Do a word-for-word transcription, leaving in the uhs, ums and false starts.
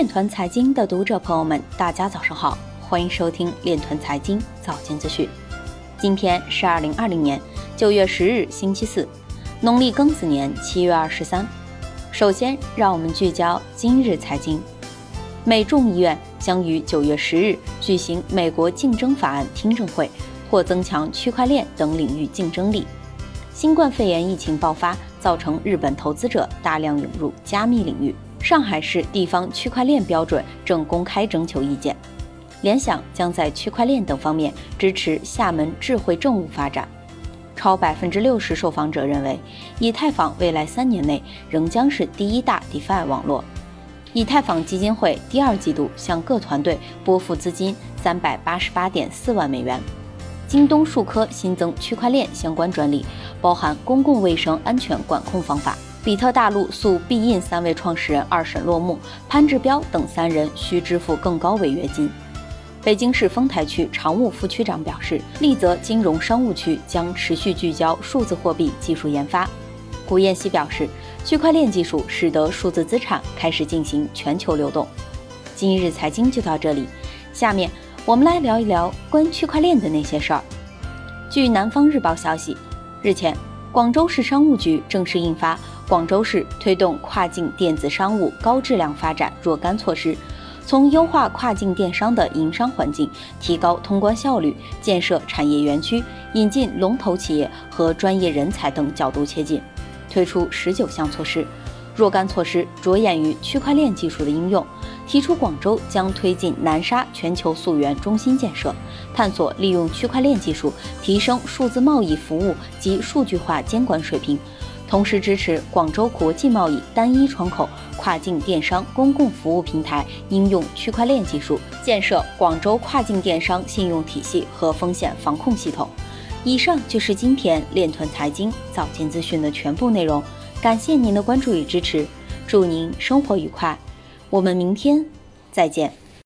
链团财经的读者朋友们，大家早上好，欢迎收听链团财经早间资讯。今天是二零二零年九月十日，星期四，农历庚子年七月二十三。首先，让我们聚焦今日财经。美众议院将于九月十日举行美国竞争法案听证会，或增强区块链等领域竞争力。新冠肺炎疫情爆发，造成日本投资者大量涌入加密领域。上海市地方区块链标准正公开征求意见。联想将在区块链等方面支持厦门智慧政务发展。超百分之六十受访者认为，以太坊未来三年内仍将是第一大 DeFi 网络。以太坊基金会第二季度向各团队拨付资金三百八十八点四万美元。京东数科新增区块链相关专利，包含公共卫生安全管控方法。比特大陆诉必印三位创始人二审落幕，潘志彪等三人需支付更高违约金。北京市丰台区常务副区长表示，丽泽金融商务区将持续聚焦数字货币技术研发。古彦希表示，区块链技术使得数字资产开始进行全球流动。今日财经就到这里，下面我们来聊一聊关于区块链的那些事儿。据南方日报消息，日前，广州市商务局正式印发《广州市推动跨境电子商务高质量发展若干措施》，从优化跨境电商的营商环境、提高通关效率、建设产业园区、引进龙头企业和专业人才等角度切进，推出十九项措施。若干措施着眼于区块链技术的应用，提出广州将推进南沙全球溯源中心建设，探索利用区块链技术提升数字贸易服务及数据化监管水平，同时支持广州国际贸易单一窗口跨境电商公共服务平台应用区块链技术，建设广州跨境电商信用体系和风险防控系统。以上就是今天链团财经早间资讯的全部内容，感谢您的关注与支持，祝您生活愉快，我们明天再见。